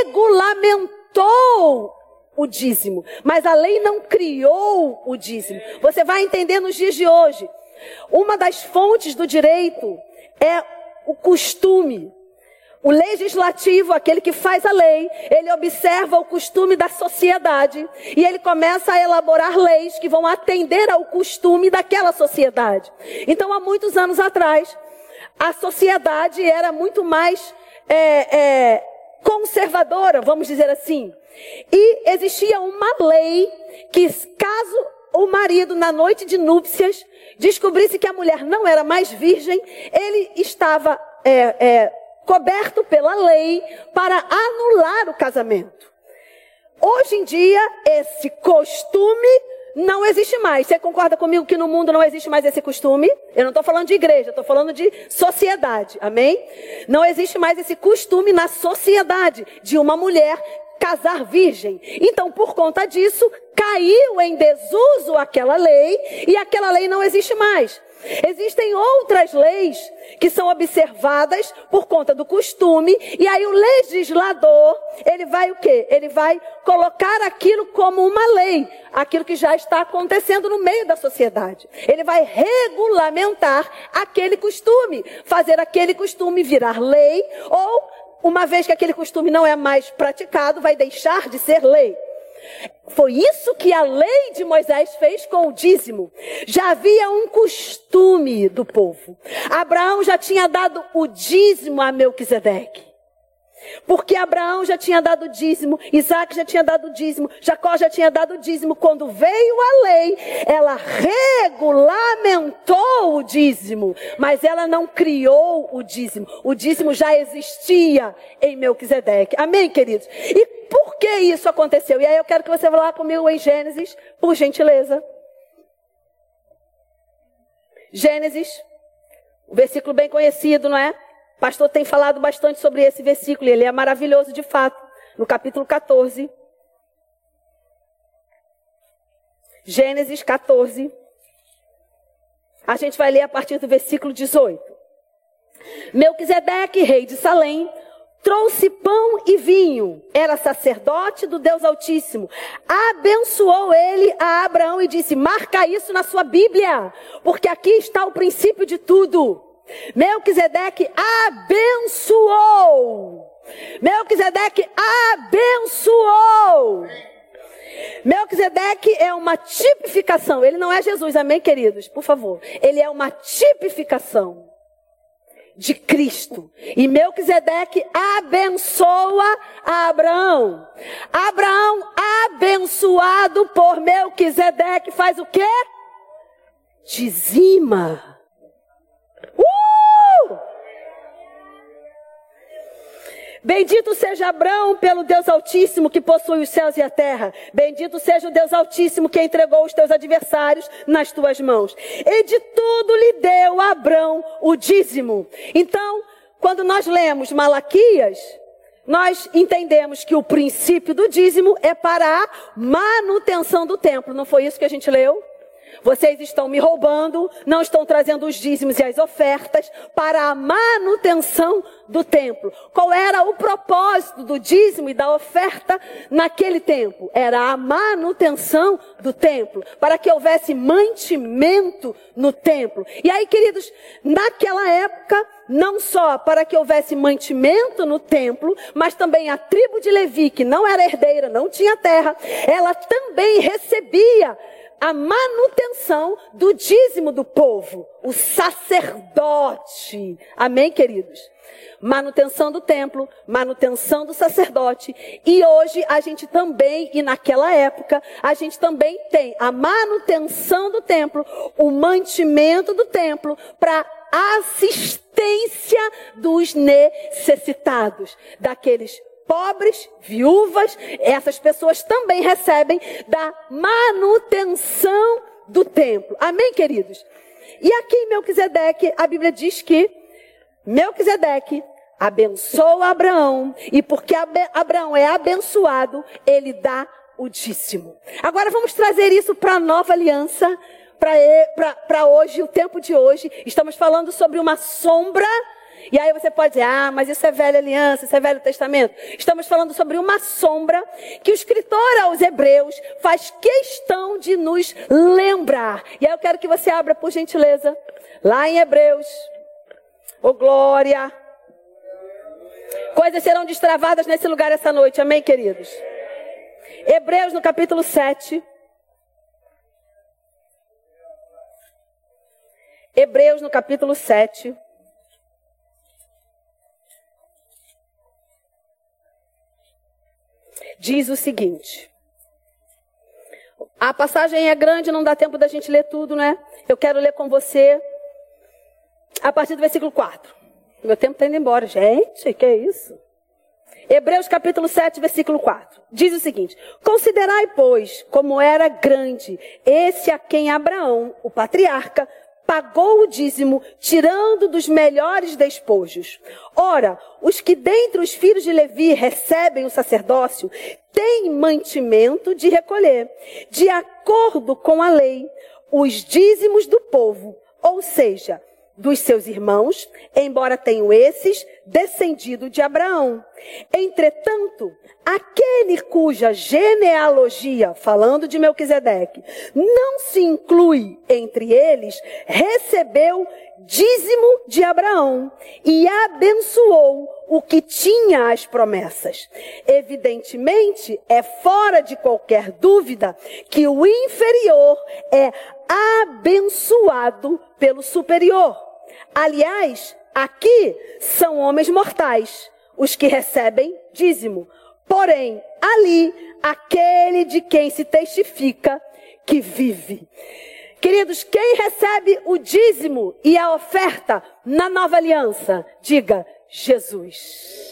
regulamentou o dízimo, mas a lei não criou o dízimo. Você vai entender nos dias de hoje. Uma das fontes do direito é o costume. O legislativo, aquele que faz a lei, ele observa o costume da sociedade e ele começa a elaborar leis que vão atender ao costume daquela sociedade. Então, há muitos anos atrás, a sociedade era muito mais é, é, conservadora, vamos dizer assim. E existia uma lei que, caso o marido, na noite de núpcias, descobrisse que a mulher não era mais virgem, ele estava... É, é, coberto pela lei para anular o casamento. Hoje em dia, esse costume não existe mais. Você concorda comigo que no mundo não existe mais esse costume? Eu não estou falando de igreja, estou falando de sociedade, amém? Não existe mais esse costume na sociedade de uma mulher casar virgem. Então, por conta disso, caiu em desuso aquela lei e aquela lei não existe mais. Existem outras leis que são observadas por conta do costume, e aí o legislador, ele vai o quê? Ele vai colocar aquilo como uma lei, aquilo que já está acontecendo no meio da sociedade. Ele vai regulamentar aquele costume, fazer aquele costume virar lei, ou, uma vez que aquele costume não é mais praticado, vai deixar de ser lei. Foi isso que a lei de Moisés fez com o dízimo. Já havia um costume do povo. Abraão já tinha dado o dízimo a Melquisedeque. Porque Abraão já tinha dado dízimo, Isaac já tinha dado dízimo, Jacó já tinha dado dízimo. Quando veio a lei, ela regulamentou o dízimo, mas ela não criou o dízimo. O dízimo já existia em Melquisedeque. Amém, queridos? E por que isso aconteceu? E aí eu quero que você vá lá comigo em Gênesis, por gentileza. Gênesis, um versículo bem conhecido, não é? O pastor tem falado bastante sobre esse versículo, e ele é maravilhoso de fato. No capítulo catorze. Gênesis catorze. A gente vai ler a partir do versículo dezoito. Melquisedeque, rei de Salém, trouxe pão e vinho. Era sacerdote do Deus Altíssimo. Abençoou ele a Abraão e disse: marca isso na sua Bíblia, porque aqui está o princípio de tudo. Melquisedeque abençoou. Melquisedeque abençoou. Melquisedeque é uma tipificação. Ele não é Jesus, amém, queridos? Por favor. Ele é uma tipificação de Cristo. E Melquisedeque abençoa a Abraão. Abraão, abençoado por Melquisedeque, faz o quê? Dizima. Uh! Bendito seja Abraão pelo Deus Altíssimo que possui os céus e a terra. Bendito seja o Deus Altíssimo que entregou os teus adversários nas tuas mãos. E de tudo lhe deu a Abraão o dízimo. Então, quando nós lemos Malaquias, nós entendemos que o princípio do dízimo é para a manutenção do templo. Não foi isso que a gente leu? Vocês estão me roubando, não estão trazendo os dízimos e as ofertas para a manutenção do templo. Qual era o propósito do dízimo e da oferta naquele tempo? Era a manutenção do templo, para que houvesse mantimento no templo. E aí, queridos, naquela época, não só para que houvesse mantimento no templo, mas também a tribo de Levi, que não era herdeira, não tinha terra, ela também recebia a manutenção do dízimo do povo, o sacerdote. Amém, queridos? Manutenção do templo, manutenção do sacerdote. E hoje a gente também, e naquela época, a gente também tem a manutenção do templo, o mantimento do templo para assistência dos necessitados, daqueles pobres, viúvas. Essas pessoas também recebem da manutenção do templo. Amém, queridos? E aqui em Melquisedeque, a Bíblia diz que Melquisedeque abençoa Abraão, e porque Abraão é abençoado, ele dá o dízimo. Agora vamos trazer isso para a nova aliança, para hoje, o tempo de hoje. Estamos falando sobre uma sombra. E aí você pode dizer, ah, mas isso é velha aliança, isso é velho testamento. Estamos falando sobre uma sombra que o escritor aos Hebreus faz questão de nos lembrar. E aí eu quero que você abra, por gentileza, lá em Hebreus. Ô, glória! Coisas serão destravadas nesse lugar essa noite, amém, queridos? Hebreus no capítulo sete. Hebreus no capítulo sete. Diz o seguinte. A passagem é grande, não dá tempo da gente ler tudo, né? Eu quero ler com você a partir do versículo quatro. Meu tempo está indo embora. Gente, que é isso? Hebreus capítulo sete, versículo quatro. Diz o seguinte. Considerai, pois, como era grande esse a quem Abraão, o patriarca, pagou o dízimo, tirando dos melhores despojos. Ora, os que dentre os filhos de Levi recebem o sacerdócio, têm mantimento de recolher, de acordo com a lei, os dízimos do povo, ou seja, dos seus irmãos, embora tenham esses descendido de Abraão. Entretanto, aquele cuja genealogia, falando de Melquisedeque, não se inclui entre eles, recebeu dízimo de Abraão e abençoou o que tinha as promessas. Evidentemente, é fora de qualquer dúvida que o inferior é abençoado pelo superior. Aliás, aqui são homens mortais, os que recebem dízimo. Porém, ali, aquele de quem se testifica que vive. Queridos, quem recebe o dízimo e a oferta na nova aliança? Diga, Jesus.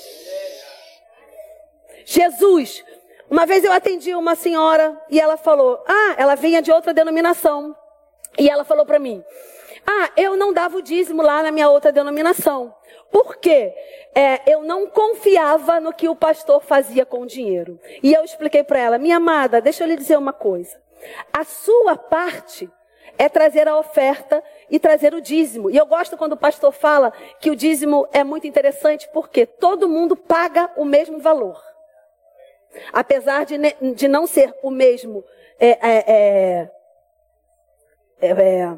Jesus. Uma vez eu atendi uma senhora e ela falou, ah, ela vinha de outra denominação. E ela falou para mim, ah, eu não dava o dízimo lá na minha outra denominação. Por quê? É, eu não confiava no que o pastor fazia com o dinheiro. E eu expliquei para ela, minha amada, deixa eu lhe dizer uma coisa. A sua parte é trazer a oferta e trazer o dízimo. E eu gosto quando o pastor fala que o dízimo é muito interessante porque todo mundo paga o mesmo valor. Apesar de, de não ser o mesmo... É, é, é, é, é,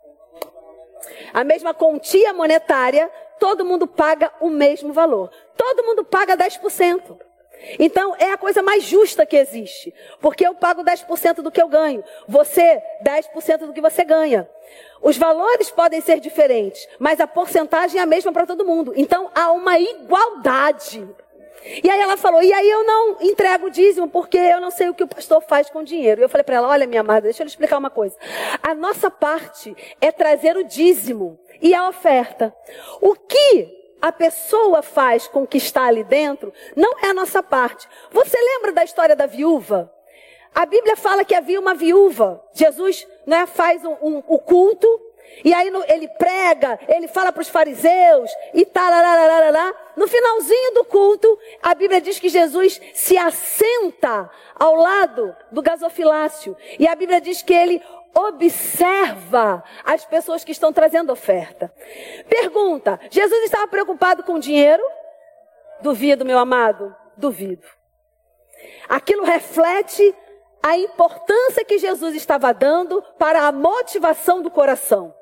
a mesma quantia monetária, todo mundo paga o mesmo valor. Todo mundo paga dez por cento. Então, é a coisa mais justa que existe. Porque eu pago dez por cento do que eu ganho. Você, dez por cento do que você ganha. Os valores podem ser diferentes, mas a porcentagem é a mesma para todo mundo. Então, há uma igualdade. E aí ela falou, e aí eu não entrego o dízimo porque eu não sei o que o pastor faz com o dinheiro. E eu falei para ela, olha minha amada, deixa eu lhe explicar uma coisa. A nossa parte é trazer o dízimo e a oferta. O que a pessoa faz com o que está ali dentro não é a nossa parte. Você lembra da história da viúva? A Bíblia fala que havia uma viúva. Jesus, né, faz um, um, o culto. E aí no, ele prega, ele fala para os fariseus e tararararará. No finalzinho do culto, a Bíblia diz que Jesus se assenta ao lado do gasofilácio. E a Bíblia diz que ele observa as pessoas que estão trazendo oferta. Pergunta, Jesus estava preocupado com dinheiro? Duvido, meu amado, duvido. Aquilo reflete a importância que Jesus estava dando para a motivação do coração.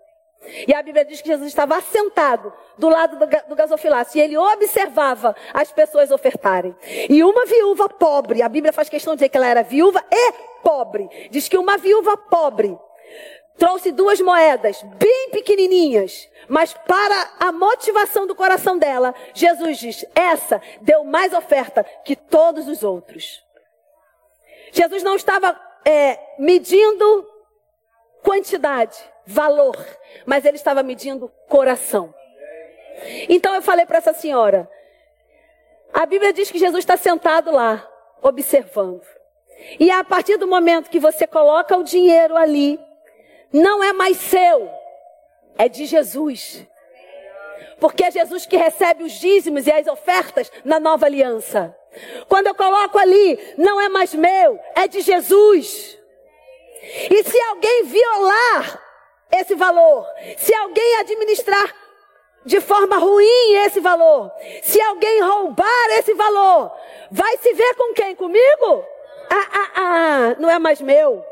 E a Bíblia diz que Jesus estava assentado do lado do, do gasofilácio. E ele observava as pessoas ofertarem. E uma viúva pobre, a Bíblia faz questão de dizer que ela era viúva e pobre. Diz que uma viúva pobre trouxe duas moedas bem pequenininhas. Mas para a motivação do coração dela, Jesus diz, essa deu mais oferta que todos os outros. Jesus não estava é, medindo quantidade, valor, mas ele estava medindo coração. Então eu falei para essa senhora, a Bíblia diz que Jesus está sentado lá, observando. E a partir do momento que você coloca o dinheiro ali, não é mais seu, é de Jesus. Porque é Jesus que recebe os dízimos e as ofertas na nova aliança. Quando eu coloco ali, não é mais meu, é de Jesus. E se alguém violar esse valor, se alguém administrar de forma ruim esse valor, se alguém roubar esse valor, vai se ver com quem? Comigo? Ah, ah, ah, não é mais meu.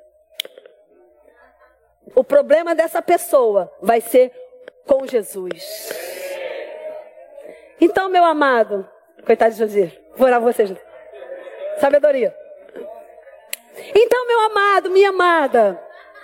O problema dessa pessoa vai ser com Jesus. Então, meu amado, coitado de José, vou orar por vocês. Sabedoria. Então, meu amado, minha amada,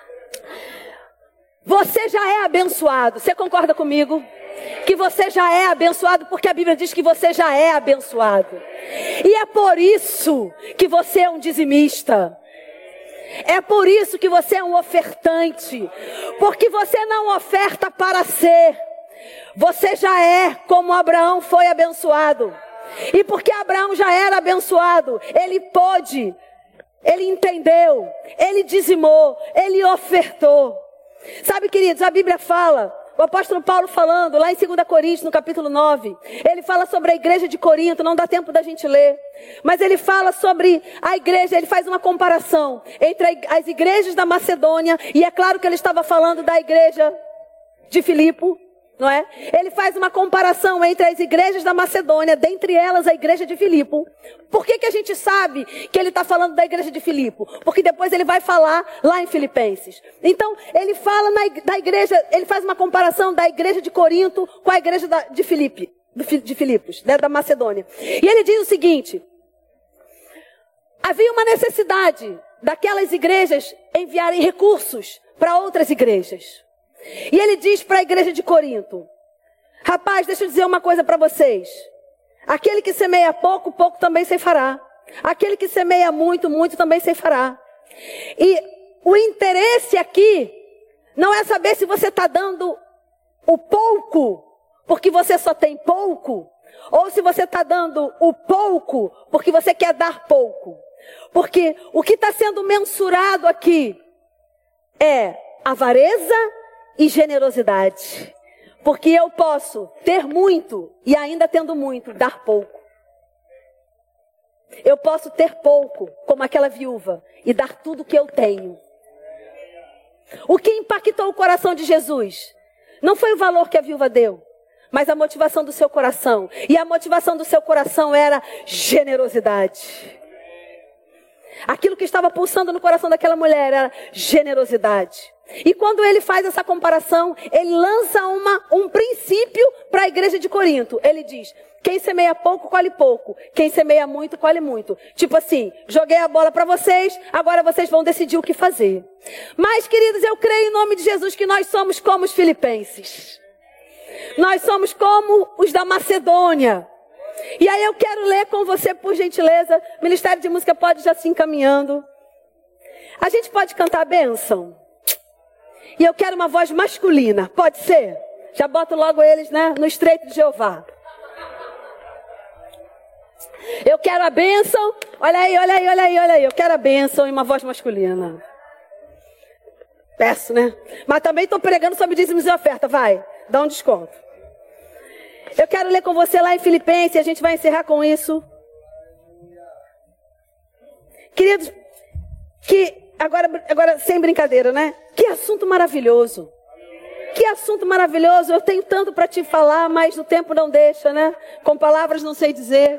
você já é abençoado. Você concorda comigo? Que você já é abençoado, porque a Bíblia diz que você já é abençoado. E é por isso que você é um dizimista. É por isso que você é um ofertante. Porque você não oferta para ser. Você já é como Abraão foi abençoado. E porque Abraão já era abençoado, ele pôde, ele entendeu, ele dizimou, ele ofertou. Sabe, queridos, a Bíblia fala, o apóstolo Paulo falando lá em segunda Coríntios, no capítulo nove, ele fala sobre a igreja de Corinto, não dá tempo da gente ler, mas ele fala sobre a igreja, ele faz uma comparação entre as igrejas da Macedônia, e é claro que ele estava falando da igreja de Filipe, não é? Ele faz uma comparação entre as igrejas da Macedônia, dentre elas a igreja de Filipe. Por que que a gente sabe que ele está falando da igreja de Filipe? Porque depois ele vai falar lá em Filipenses. Então, ele fala na, da igreja, ele faz uma comparação da igreja de Corinto com a igreja da, de Filipe, de Filipos, né, da Macedônia. E ele diz o seguinte, havia uma necessidade daquelas igrejas enviarem recursos para outras igrejas. E ele diz para a igreja de Corinto, rapaz, deixa eu dizer uma coisa para vocês. Aquele que semeia pouco, pouco também ceifará. Aquele que semeia muito, muito também ceifará. E o interesse aqui não é saber se você está dando o pouco, porque você só tem pouco, ou se você está dando o pouco, porque você quer dar pouco. Porque o que está sendo mensurado aqui é avareza e generosidade. Porque eu posso ter muito e ainda tendo muito, dar pouco. Eu posso ter pouco, como aquela viúva, e dar tudo o que eu tenho. O que impactou o coração de Jesus não foi o valor que a viúva deu, mas a motivação do seu coração. E a motivação do seu coração era generosidade. Aquilo que estava pulsando no coração daquela mulher era generosidade. E quando ele faz essa comparação, ele lança uma, um princípio para a igreja de Corinto. Ele diz, quem semeia pouco, colhe pouco. Quem semeia muito, colhe muito. Tipo assim, joguei a bola para vocês, agora vocês vão decidir o que fazer. Mas, queridos, eu creio em nome de Jesus que nós somos como os filipenses. Nós somos como os da Macedônia. E aí eu quero ler com você, por gentileza. O Ministério de Música pode já se encaminhando. A gente pode cantar a bênção? E eu quero uma voz masculina, pode ser? Já boto logo eles, né, no estreito de Jeová. Eu quero a bênção, olha aí, olha aí, olha aí, olha aí. Eu quero a bênção e uma voz masculina. Peço, né? Mas também estou pregando sobre dízimos e oferta, vai, dá um desconto. Eu quero ler com você lá em Filipenses, e a gente vai encerrar com isso. Queridos, que... Agora, agora, sem brincadeira, né? Que assunto maravilhoso. Que assunto maravilhoso. Eu tenho tanto para te falar, mas o tempo não deixa, né? Com palavras não sei dizer.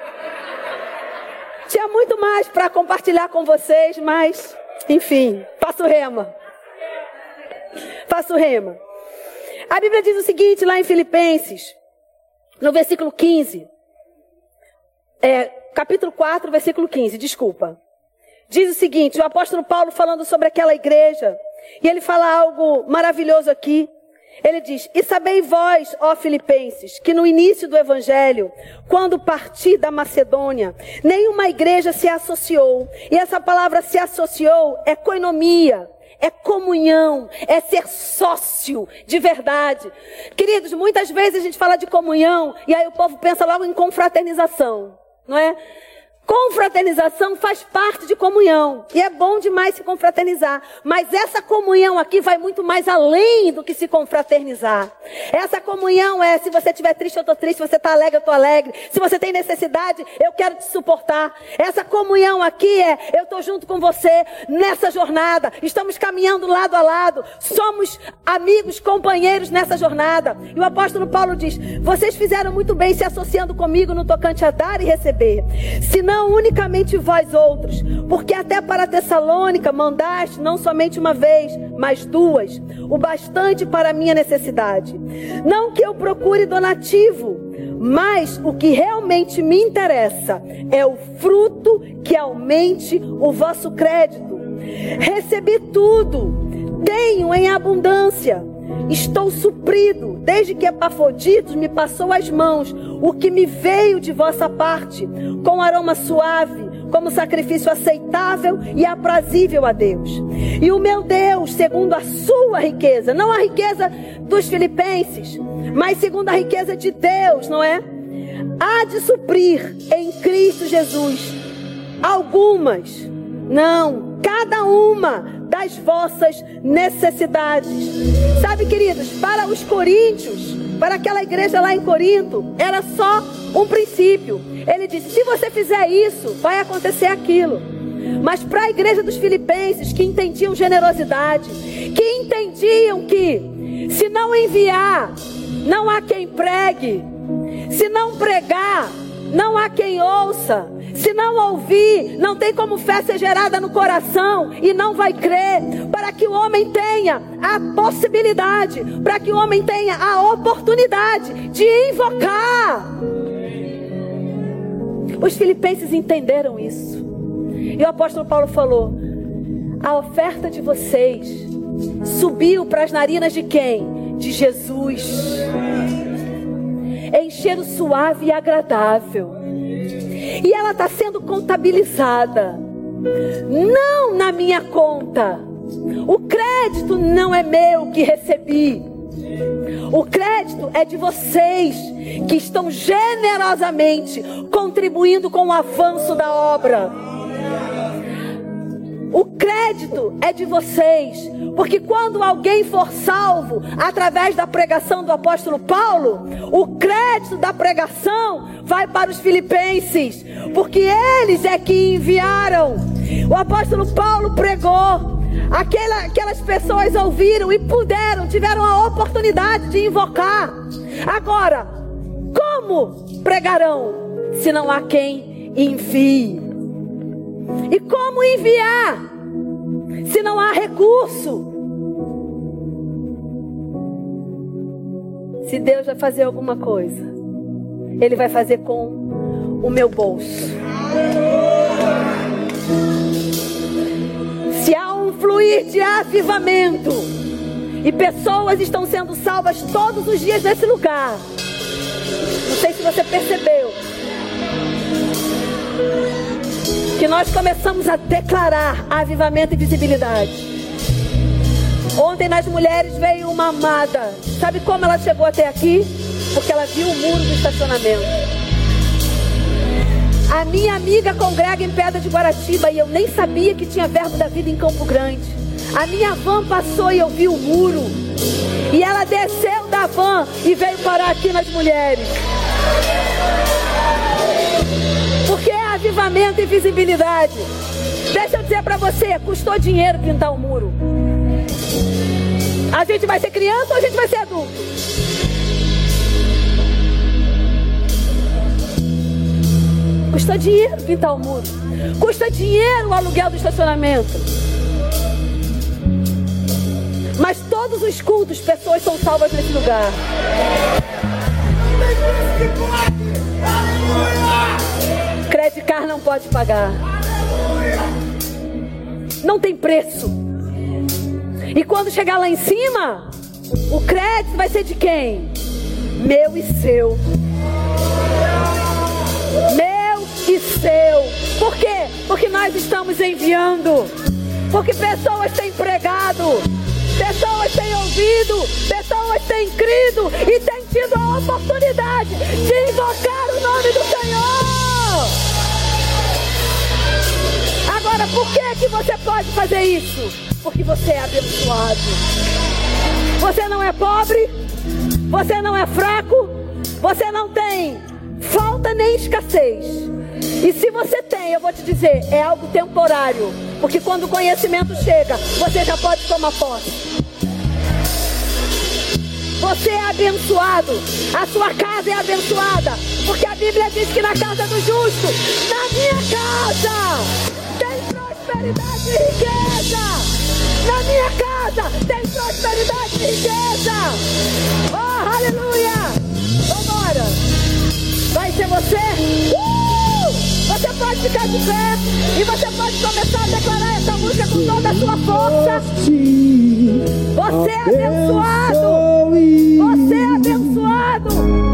Tinha muito mais para compartilhar com vocês, mas, enfim, faço rema. Faço rema. A Bíblia diz o seguinte, lá em Filipenses, no versículo quinze, é, capítulo quatro, versículo quinze, desculpa. Diz o seguinte, o apóstolo Paulo falando sobre aquela igreja, e ele fala algo maravilhoso aqui. Ele diz, e sabei vós, ó Filipenses, que no início do evangelho, quando parti da Macedônia, nenhuma igreja se associou. E essa palavra se associou é koinonia, é comunhão, é ser sócio de verdade. Queridos, muitas vezes a gente fala de comunhão e aí o povo pensa logo em confraternização, não é? Confraternização faz parte de comunhão. E é bom demais se confraternizar. Mas essa comunhão aqui vai muito mais além do que se confraternizar. Essa comunhão é, se você estiver triste, eu estou triste. Se você está alegre, eu estou alegre. Se você tem necessidade, eu quero te suportar. Essa comunhão aqui é, eu estou junto com você nessa jornada. Estamos caminhando lado a lado. Somos amigos, companheiros nessa jornada. E o apóstolo Paulo diz, vocês fizeram muito bem se associando comigo no tocante a dar e receber. Se não Não unicamente vós outros, porque até para Tessalônica mandaste não somente uma vez, mas duas, o bastante para a minha necessidade. Não que eu procure donativo, mas o que realmente me interessa é o fruto que aumente o vosso crédito. Recebi tudo, tenho em abundância, estou suprido, desde que Epafrodito me passou as mãos, o que me veio de vossa parte, com aroma suave, como sacrifício aceitável e aprazível a Deus. E o meu Deus, segundo a sua riqueza, não a riqueza dos filipenses, mas segundo a riqueza de Deus, não é? Há de suprir em Cristo Jesus algumas, não, cada uma das vossas necessidades. Sabe, queridos, para os coríntios, para aquela igreja lá em Corinto, era só um princípio. Ele disse, se você fizer isso, vai acontecer aquilo. Mas para a igreja dos filipenses, que entendiam generosidade, que entendiam que se não enviar, não há quem pregue, se não pregar, não há quem ouça, se não ouvir, não tem como fé ser gerada no coração e não vai crer. Para que o homem tenha a possibilidade, para que o homem tenha a oportunidade de invocar. Os filipenses entenderam isso. E o apóstolo Paulo falou, a oferta de vocês subiu para as narinas de quem? De Jesus. É cheiro suave e agradável. E ela está sendo contabilizada. Não na minha conta. O crédito não é meu que recebi. O crédito é de vocês que estão generosamente contribuindo com o avanço da obra. O crédito é de vocês, porque quando alguém for salvo através da pregação do apóstolo Paulo, o crédito da pregação vai para os filipenses, porque eles é que enviaram. O apóstolo Paulo pregou, aquela, aquelas pessoas ouviram e puderam, tiveram a oportunidade de invocar. Agora, como pregarão se não há quem envie? E como enviar se não há recurso? Se Deus vai fazer alguma coisa, Ele vai fazer com o meu bolso. Se há um fluir de avivamento e pessoas estão sendo salvas todos os dias nesse lugar, não sei se você percebeu, que nós começamos a declarar avivamento e visibilidade. Ontem nas mulheres veio uma amada. Sabe como ela chegou até aqui? Porque ela viu o muro do estacionamento. A minha amiga congrega em Pedra de Guaratiba e eu nem sabia que tinha Verbo da Vida em Campo Grande. A minha van passou e eu vi o muro. E ela desceu da van e veio parar aqui nas mulheres. Porque é avivamento e visibilidade. Deixa eu dizer pra você, custou dinheiro pintar o muro. A gente vai ser criança ou a gente vai ser adulto? Custa dinheiro pintar o muro. Custa dinheiro o aluguel do estacionamento. Mas todos os cultos, pessoas são salvas nesse lugar. Credit Card não pode pagar. Não tem preço. E quando chegar lá em cima, o crédito vai ser de quem? Meu e seu. Meu e seu. Por quê? Porque nós estamos enviando. Porque pessoas têm pregado, pessoas têm ouvido, pessoas têm crido e têm tido a oportunidade de invocar o nome do Senhor. Agora, por que que você pode fazer isso? Porque você é abençoado. Você não é pobre, você não é fraco, você não tem falta nem escassez. E se você tem, eu vou te dizer, é algo temporário. Porque quando o conhecimento chega, você já pode tomar posse. Você é abençoado. A sua casa é abençoada. Porque a Bíblia diz que na casa do justo, na minha casa, tem prosperidade e riqueza. Na minha casa, tem prosperidade e riqueza. Oh, aleluia. Vambora. Vai ser você? Uh! Você pode ficar de pé e você pode começar a declarar essa música com toda a sua força. Você é abençoado. Você é abençoado.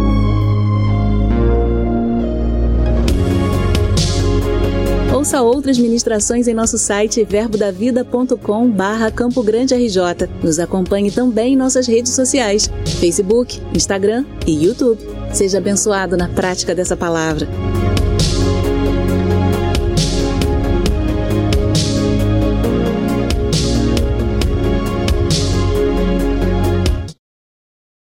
Ouça outras ministrações em nosso site verbo da vida ponto com barra Campo Grande R J. Nos acompanhe também em nossas redes sociais, Facebook, Instagram e YouTube. Seja abençoado na prática dessa palavra.